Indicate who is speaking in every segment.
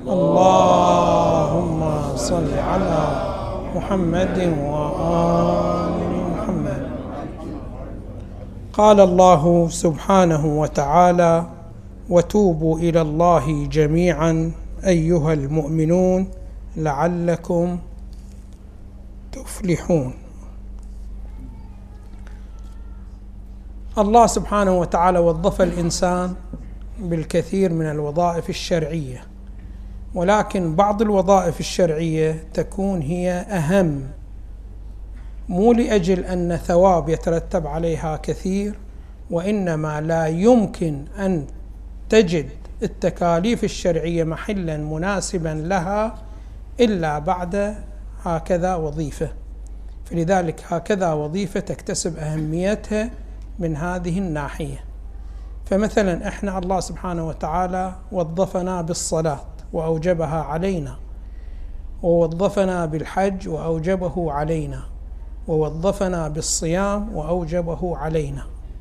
Speaker 1: اللهم صل على محمد وآل محمد. قال الله سبحانه وتعالى: وتوبوا إلى الله جميعا أيها المؤمنون لعلكم تفلحون. الله سبحانه وتعالى وظف الإنسان بالكثير من الوظائف الشرعية، ولكن بعض الوظائف الشرعية تكون هي أهم، مو لأجل أن ثواب يترتب عليها كثير، وإنما لا يمكن أن تجد التكاليف الشرعية محلا مناسبا لها إلا بعد هكذا وظيفة. فلذلك هكذا وظيفة تكتسب أهميتها من هذه الناحية. فمثلا إحنا الله سبحانه وتعالى وظفنا بالصلاة وأوجبها علينا، ووظفنا بالحج وأوجبه علينا، ووظفنا بالصيام وأوجبه علينا،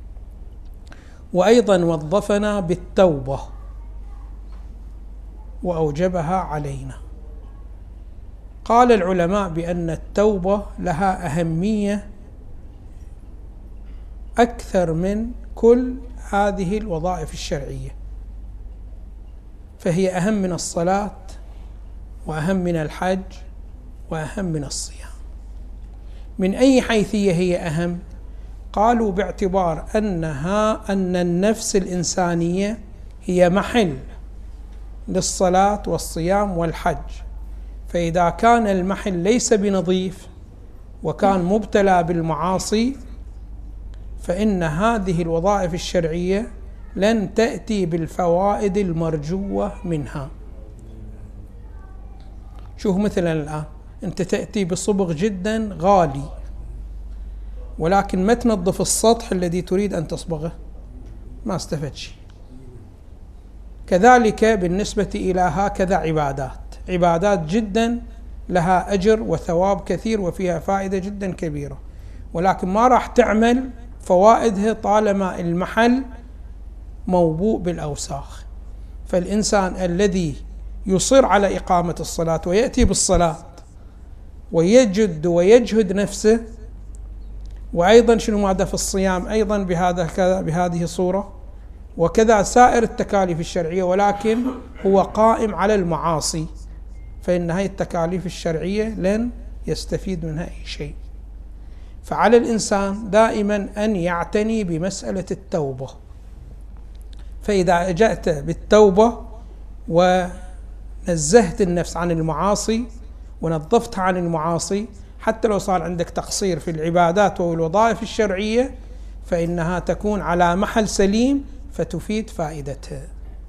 Speaker 1: وأيضا وظفنا بالتوبة وأوجبها علينا. قال العلماء بأن التوبة لها أهمية أكثر من كل هذه الوظائف الشرعية، فهي أهم من الصلاة وأهم من الحج وأهم من الصيام. من أي حيثية هي أهم؟ قالوا باعتبار أن النفس الإنسانية هي محل للصلاة والصيام والحج، فإذا كان المحل ليس بنظيف وكان مبتلى بالمعاصي فإن هذه الوظائف الشرعية لن تأتي بالفوائد المرجوة منها. شوف مثلا الآن أنت تأتي بصبغ جدا غالي، ولكن ما تنظف السطح الذي تريد أن تصبغه، ما استفدت شيء. كذلك بالنسبة إلى هكذا عبادات جدا لها أجر وثواب كثير وفيها فائدة جدا كبيرة، ولكن ما راح تعمل فوائدها طالما المحل موبوء بالأوساخ. فالإنسان الذي يصر على إقامة الصلاة ويأتي بالصلاة ويجهد نفسه، وأيضا شنو ماذا في الصيام أيضا بهذه الصورة، وكذا سائر التكاليف الشرعية، ولكن هو قائم على المعاصي، فإن هذه التكاليف الشرعية لن يستفيد منها أي شيء. فعلى الإنسان دائما أن يعتني بمسألة التوبة. فإذا جاءت بالتوبة ونزهت النفس عن المعاصي ونظفتها عن المعاصي، حتى لو صار عندك تقصير في العبادات والوظائف الشرعية فإنها تكون على محل سليم فتفيد فائدتها.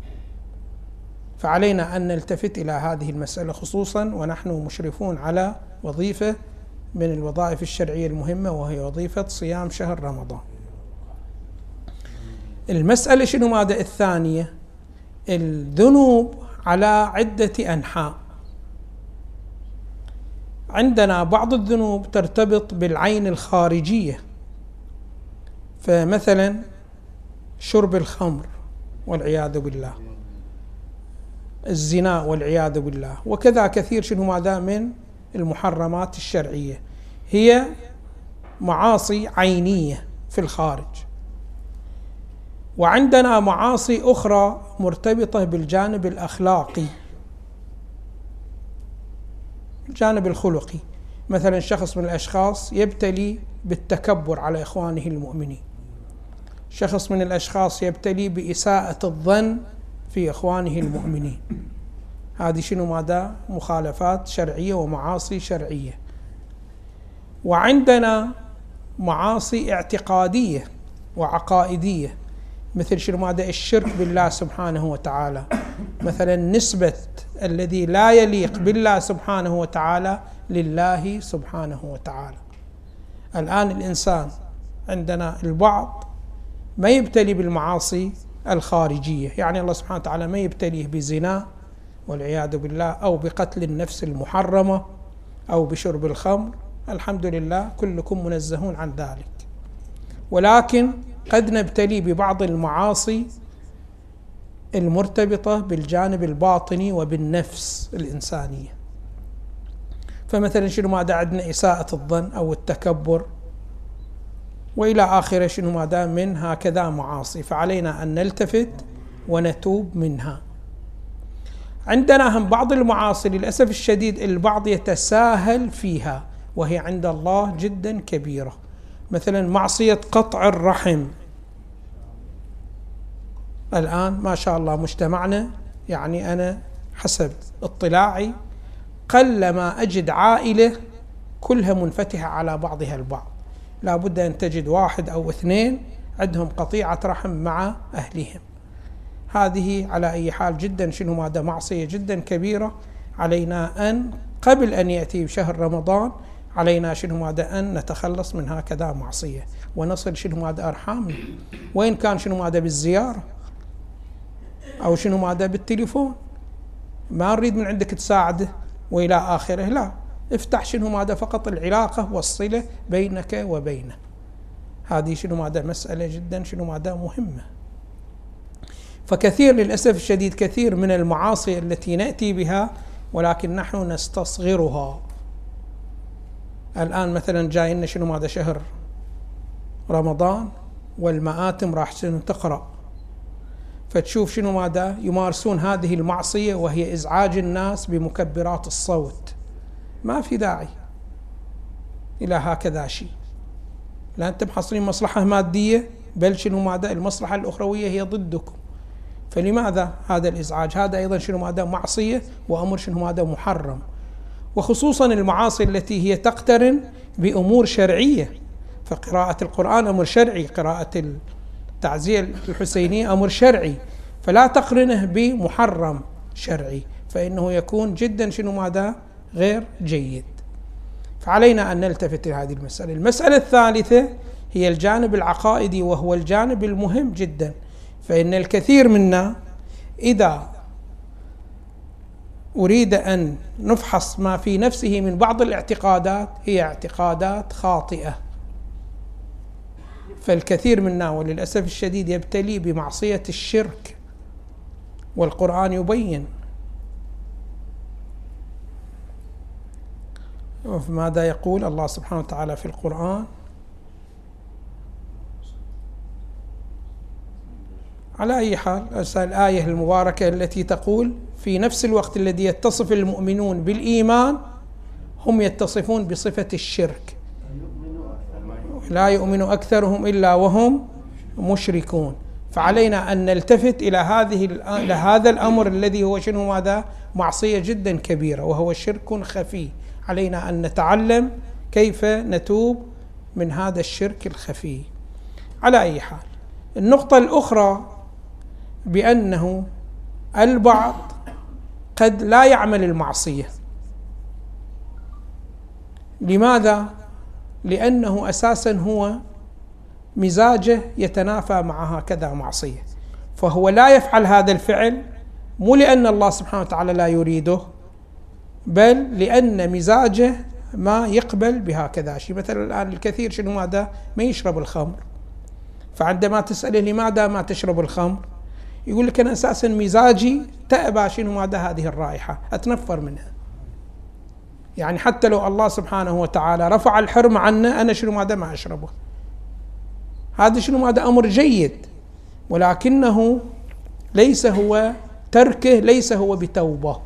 Speaker 1: فعلينا أن نلتفت إلى هذه المسألة خصوصا ونحن مشرفون على وظيفة من الوظائف الشرعية المهمة، وهي وظيفة صيام شهر رمضان. المسألة شنو ماذا الثانية؟ الذنوب على عدة أنحاء. عندنا بعض الذنوب ترتبط بالعين الخارجية، فمثلا شرب الخمر والعياذ بالله، الزنا والعياذ بالله، وكذا كثير شنو ماذا من المحرمات الشرعية، هي معاصي عينية في الخارج. وعندنا معاصي أخرى مرتبطة بالجانب الأخلاقي، الجانب الخلقي. مثلا شخص من الأشخاص يبتلي بالتكبر على إخوانه المؤمنين، شخص من الأشخاص يبتلي بإساءة الظن في إخوانه المؤمنين. هذه شنو ماذا؟ مخالفات شرعية ومعاصي شرعية. وعندنا معاصي اعتقادية وعقائدية، مثل شنو ماذا؟ الشرك بالله سبحانه وتعالى، مثلا نسبة الذي لا يليق بالله سبحانه وتعالى لله سبحانه وتعالى. الآن الإنسان عندنا البعض ما يبتلي بالمعاصي الخارجية، يعني الله سبحانه وتعالى ما يبتليه بزنا والعياذ بالله، أو بقتل النفس المحرمة، أو بشرب الخمر، الحمد لله كلكم منزهون عن ذلك. ولكن قد نبتلي ببعض المعاصي المرتبطة بالجانب الباطني وبالنفس الإنسانية. فمثلا شنو ماذا عندنا إساءة الظن أو التكبر وإلى آخره، شنو ماذا من هكذا معاصي، فعلينا أن نلتفت ونتوب منها. عندنا هم بعض المعاصي للأسف الشديد البعض يتساهل فيها وهي عند الله جدا كبيرة، مثلا معصية قطع الرحم. الآن ما شاء الله مجتمعنا، يعني أنا حسب اطلاعي قلما أجد عائلة كلها منفتحة على بعضها البعض، لا بد أن تجد واحد أو اثنين عندهم قطيعة رحم مع أهلهم. هذه على أي حال جدا شنو ماذا معصية جدا كبيرة. علينا أن قبل أن يأتي شهر رمضان علينا شنو ماذا أن نتخلص من هكذا معصية ونصل شنو ماذا أرحامنا، وإن كان شنو ماذا بالزيارة أو شنو ماذا بالتليفون، ما نريد من عندك تساعده وإلى آخره، لا، افتح شنو ماذا فقط العلاقة والصلة بينك وبينه. هذه شنو ماذا مسألة جدا شنو ماذا مهمة. فكثير للأسف الشديد كثير من المعاصي التي نأتي بها ولكن نحن نستصغرها. الآن مثلا جاي لنا شنو ماذا شهر رمضان والمآتم راح تقرأ، فتشوف شنو ماذا يمارسون هذه المعصية وهي إزعاج الناس بمكبرات الصوت. ما في داعي إلى هكذا شيء، لا أنتم محصلين مصلحة مادية، بل شنو ماذا المصلحة الأخروية هي ضدكم. فلماذا هذا الإزعاج؟ هذا أيضا شنو ماذا معصية وأمر شنو ماذا محرم، وخصوصا المعاصي التي هي تقترن بأمور شرعية. فقراءة القرآن أمر شرعي، قراءة التعزية الحسينية أمر شرعي، فلا تقرنه بمحرم شرعي، فإنه يكون جدا شنو ماذا غير جيد. فعلينا أن نلتفت لهذه المسألة. المسألة الثالثة هي الجانب العقائدي، وهو الجانب المهم جدا. فإن الكثير منا إذا أريد أن نفحص ما في نفسه من بعض الاعتقادات هي اعتقادات خاطئة، فالكثير منا وللأسف الشديد يبتلي بمعصية الشرك، والقرآن يبين. ماذا يقول الله سبحانه وتعالى في القرآن؟ على أي حال الآية المباركة التي تقول في نفس الوقت الذي يتصف المؤمنون بالإيمان هم يتصفون بصفة الشرك، لا يؤمن أكثرهم إلا وهم مشركون. فعلينا أن نلتفت إلى هذا الأمر الذي هو شنو ماذا معصية جدا كبيرة وهو شرك خفي. علينا أن نتعلم كيف نتوب من هذا الشرك الخفي. على أي حال النقطة الأخرى بأنه البعض قد لا يعمل المعصية. لماذا؟ لأنه أساسا هو مزاجه يتنافى مع هكذا معصية، فهو لا يفعل هذا الفعل مو لأن الله سبحانه وتعالى لا يريده، بل لأن مزاجه ما يقبل بهكذا شيء. مثلا الآن الكثير شنو ماذا ما يشرب الخمر، فعندما تسأله لماذا ما تشرب الخمر يقول لك أنا أساسا مزاجي تأبى شنو ماذا هذه الرائحة، أتنفر منها. يعني حتى لو الله سبحانه وتعالى رفع الحرم عنا أنا شنو ماذا ما أشربه. هذا شنو ماذا أمر جيد، ولكنه ليس هو تركه ليس هو بتوبة.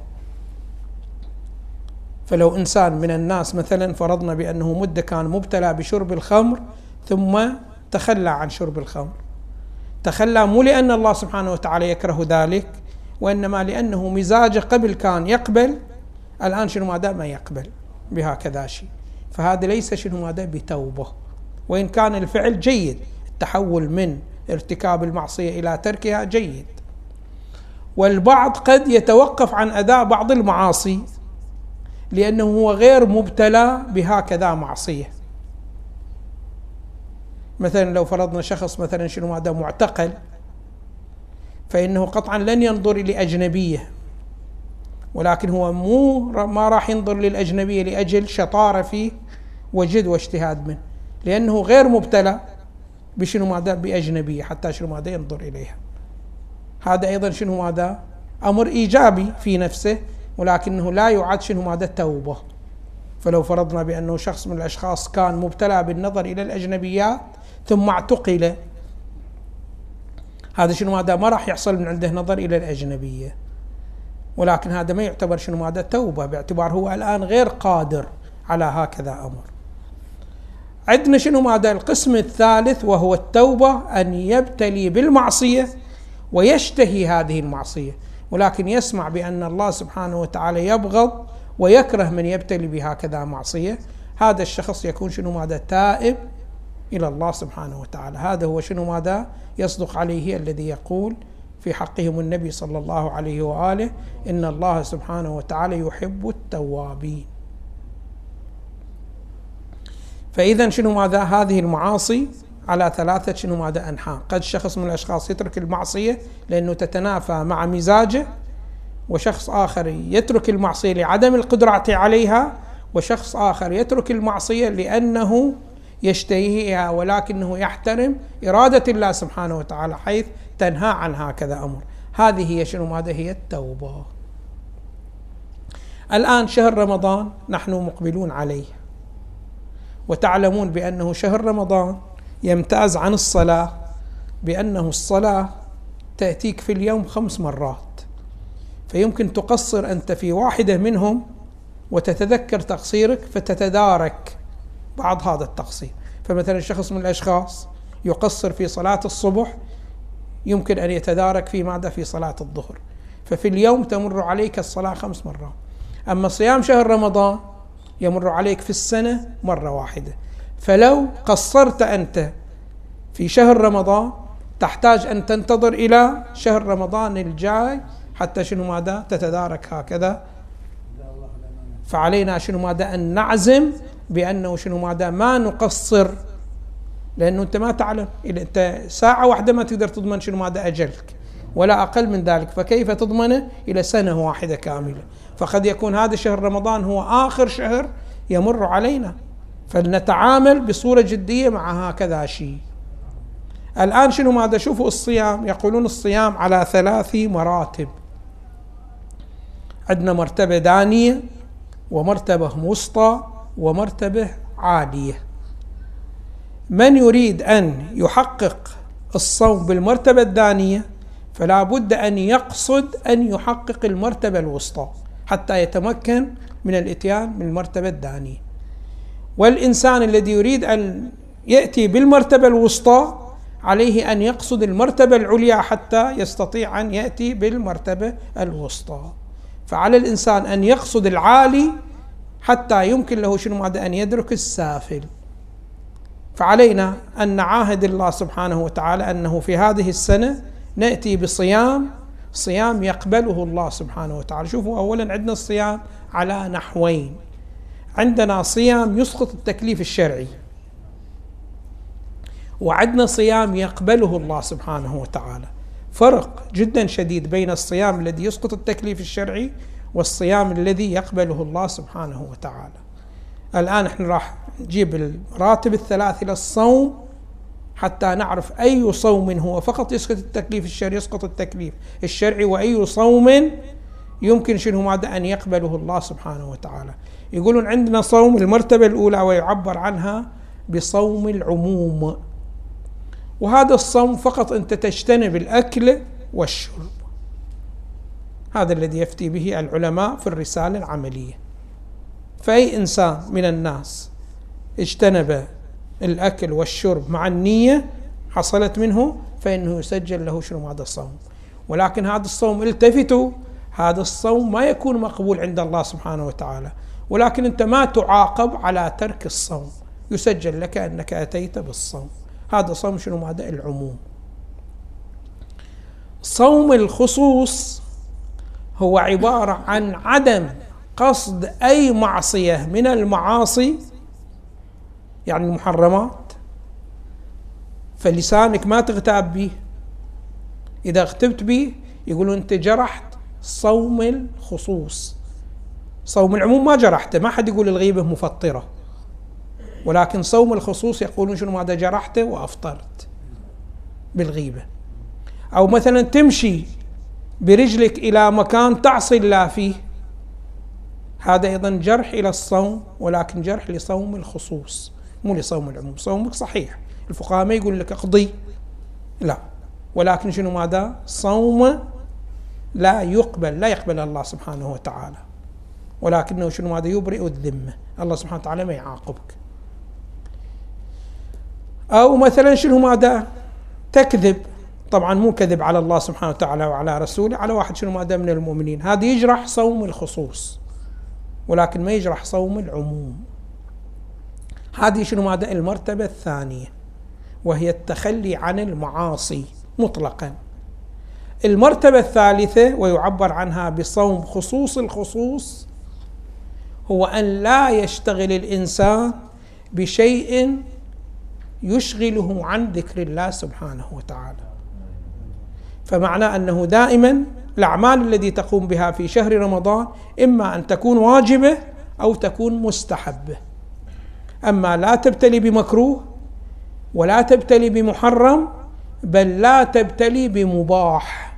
Speaker 1: فلو إنسان من الناس مثلا فرضنا بأنه مدة كان مبتلى بشرب الخمر ثم تخلى عن شرب الخمر، تخلى مو لأن الله سبحانه وتعالى يكره ذلك، وإنما لأنه مزاجه قبل كان يقبل، الآن شنو ماذا ما يقبل بهكذا شيء. فهذا ليس شنو ماذا بتوبة، وإن كان الفعل جيد، التحول من ارتكاب المعصية إلى تركها جيد. والبعض قد يتوقف عن أداء بعض المعاصي لأنه هو غير مبتلى بهكذا معصية. مثلا لو فرضنا شخص مثلا شنو ماذا معتقل، فإنه قطعا لن ينظر لأجنبية، ولكن هو ما راح ينظر للأجنبية لأجل شطارة فيه وجد واجتهاد منه، لأنه غير مبتلى بشنو ماذا بأجنبية حتى شنو ماذا ينظر إليها. هذا أيضا شنو ماذا؟ أمر إيجابي في نفسه، ولكنه لا يعد شنو ماذا؟ توبة. فلو فرضنا بأنه شخص من الأشخاص كان مبتلى بالنظر إلى الأجنبيات ثم اعتقل، هذا شنو ماذا؟ ما راح يحصل من عنده نظر إلى الأجنبية، ولكن هذا ما يعتبر شنو ماذا؟ توبة، باعتبار هو الآن غير قادر على هكذا أمر. عندنا شنو ماذا؟ القسم الثالث، وهو التوبة، أن يبتلي بالمعصية ويشتهي هذه المعصية، ولكن يسمع بأن الله سبحانه وتعالى يبغض ويكره من يبتلي بهكذا معصية. هذا الشخص يكون شنو ماذا؟ تائب إلى الله سبحانه وتعالى. هذا هو شنو ماذا؟ يصدق عليه الذي يقول في حقهم النبي صلى الله عليه وآله: إن الله سبحانه وتعالى يحب التوابين. فإذا شنو ماذا؟ هذه المعاصي على ثلاثة شنو ماذا؟ أنحاء. قد شخص من الأشخاص يترك المعصية لأنه تتنافى مع مزاجه، وشخص آخر يترك المعصية لعدم القدرة عليها، وشخص آخر يترك المعصية لأنه يشتهيها ولكنه يحترم إرادة الله سبحانه وتعالى حيث تنهى عن هكذا أمر. هذه هي شنو ماذا؟ هي التوبة. الآن شهر رمضان نحن مقبلون عليه، وتعلمون بأنه شهر رمضان يمتاز عن الصلاة بأنه الصلاة تأتيك في اليوم 5 مرات، فيمكن تقصر أنت في واحدة منهم وتتذكر تقصيرك فتتدارك بعض هذا التقصير. فمثلا شخص من الأشخاص يقصر في صلاة الصبح يمكن أن يتدارك في ماذا؟ في صلاة الظهر، ففي اليوم تمر عليك الصلاة 5 مرات. أما صيام شهر رمضان يمر عليك في السنة مرة واحدة، فلو قصرت أنت في شهر رمضان تحتاج أن تنتظر إلى شهر رمضان الجاي حتى شنو ماذا؟ تتدارك هكذا. فعلينا شنو ماذا؟ أن نعزم بأنه شنو ماذا؟ ما نقصر، لأنه أنت ما تعلم، إذا أنت ساعة واحدة ما تقدر تضمن شنو ماذا؟ أجلك، ولا أقل من ذلك، فكيف تضمنه إلى سنة واحدة كاملة؟ فقد يكون هذا شهر رمضان هو آخر شهر يمر علينا، فلنتعامل بصورة جدية مع هكذا شيء. الآن شنو ماذا؟ شوفوا الصيام، يقولون الصيام على 3 مراتب. عندنا مرتبة دانية، ومرتبة وسطى، ومرتبة عالية. من يريد أن يحقق الصوم بالمرتبة الدانية فلا بد أن يقصد أن يحقق المرتبة الوسطى حتى يتمكن من الإتيان من المرتبة الدانية. والإنسان الذي يريد أن يأتي بالمرتبة الوسطى عليه أن يقصد المرتبة العليا حتى يستطيع أن يأتي بالمرتبة الوسطى. فعلى الإنسان أن يقصد العالي حتى يمكن له شنو ماذا؟ أن يدرك السافل. فعلينا أن نعاهد الله سبحانه وتعالى أنه في هذه السنة نأتي بصيام يقبله الله سبحانه وتعالى. شوفوا، أولا عندنا الصيام على نحوين. عندنا صيام يسقط التكليف الشرعي، وعندنا صيام يقبله الله سبحانه وتعالى. فرق جدا شديد بين الصيام الذي يسقط التكليف الشرعي والصيام الذي يقبله الله سبحانه وتعالى. الآن احنا راح نجيب المراتب الثلاث للصوم حتى نعرف أي صوم هو فقط يسقط التكليف الشرعي، يسقط التكليف الشرعي، وأي صوم يمكن شنو ماذا؟ أن يقبله الله سبحانه وتعالى. يقولون عندنا صوم المرتبة الأولى ويعبر عنها بصوم العموم، وهذا الصوم فقط أنت تجتنب الأكل والشرب. هذا الذي يفتي به العلماء في الرسالة العملية. فأي إنسان من الناس اجتنب الأكل والشرب مع النية حصلت منه فإنه يسجل له شنو هذا الصوم. ولكن هذا الصوم، التفتوا، هذا الصوم ما يكون مقبول عند الله سبحانه وتعالى، ولكن أنت ما تعاقب على ترك الصوم، يسجل لك أنك أتيت بالصوم. هذا صوم شنو هذا؟ العموم. صوم الخصوص هو عبارة عن عدم قصد أي معصية من المعاصي، يعني المحرمات، فلسانك ما تغتاب به. إذا اغتبت به يقولون أنت جرحت صوم الخصوص. صوم العموم ما جرحته، ما حد يقول الغيبة مفطرة، ولكن صوم الخصوص يقولون شنو هذا؟ جرحته وأفطرت بالغيبة. أو مثلا تمشي برجلك إلى مكان تعصي الله فيه، هذا أيضا جرح إلى الصوم، ولكن جرح لصوم الخصوص مو لصوم العموم. صومك صحيح، الفقهاء ما يقول لك اقضي، لا، ولكن شنو ماذا؟ صوم لا يقبل الله سبحانه وتعالى، ولكنه شنو ماذا؟ يبرئ الذمة، الله سبحانه وتعالى ما يعاقبك. أو مثلا شنو ماذا؟ تكذب، طبعا مو كذب على الله سبحانه وتعالى وعلى رسوله، على واحد شنو ماذا من المؤمنين، هذا يجرح صوم الخصوص ولكن ما يجرح صوم العموم. هذه شنو ماذا؟ المرتبة الثانية، وهي التخلي عن المعاصي مطلقا. المرتبة الثالثة ويعبر عنها بصوم خصوص الخصوص، هو أن لا يشتغل الإنسان بشيء يشغله عن ذكر الله سبحانه وتعالى. فمعنى أنه دائما الأعمال التي تقوم بها في شهر رمضان إما أن تكون واجبة أو تكون مستحبة، أما لا تبتلي بمكروه ولا تبتلي بمحرم، بل لا تبتلي بمباح،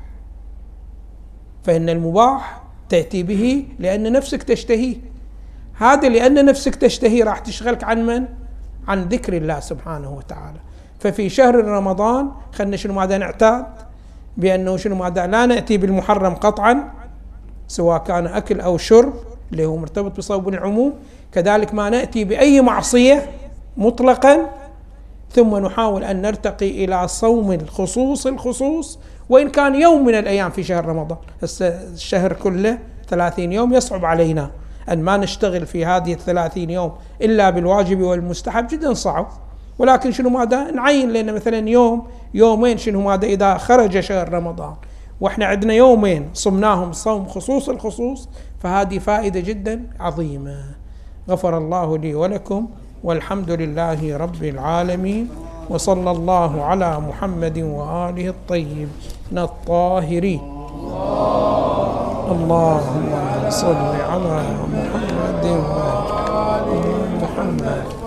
Speaker 1: فإن المباح تأتي به لأن نفسك تشتهيه، هذا لأن نفسك تشتهيه راح تشغلك عن من؟ عن ذكر الله سبحانه وتعالى. ففي شهر رمضان خلنا شنو ماذا؟ نعتاد بأنه شنو ماذا؟ لا نأتي بالمحرم قطعا، سواء كان أكل أو شرب اللي هو مرتبط بصوم العموم، كذلك ما نأتي بأي معصية مطلقا، ثم نحاول أن نرتقي إلى صوم الخصوص وإن كان يوم من الأيام في شهر رمضان. الشهر كله 30 يوم، يصعب علينا أن ما نشتغل في هذه 30 يوم إلا بالواجب والمستحب، جدا صعب، ولكن شنو ماذا؟ نعين لنا مثلا يوم يومين شنو ماذا إذا خرج شهر رمضان وإحنا عندنا يومين صمناهم صوم خصوص الخصوص، فهذه فائدة جدا عظيمة. غفر الله لي ولكم، والحمد لله رب العالمين، وصلى الله على محمد وآله الطيبين الطاهرين. اللهم صل على محمد وآل محمد.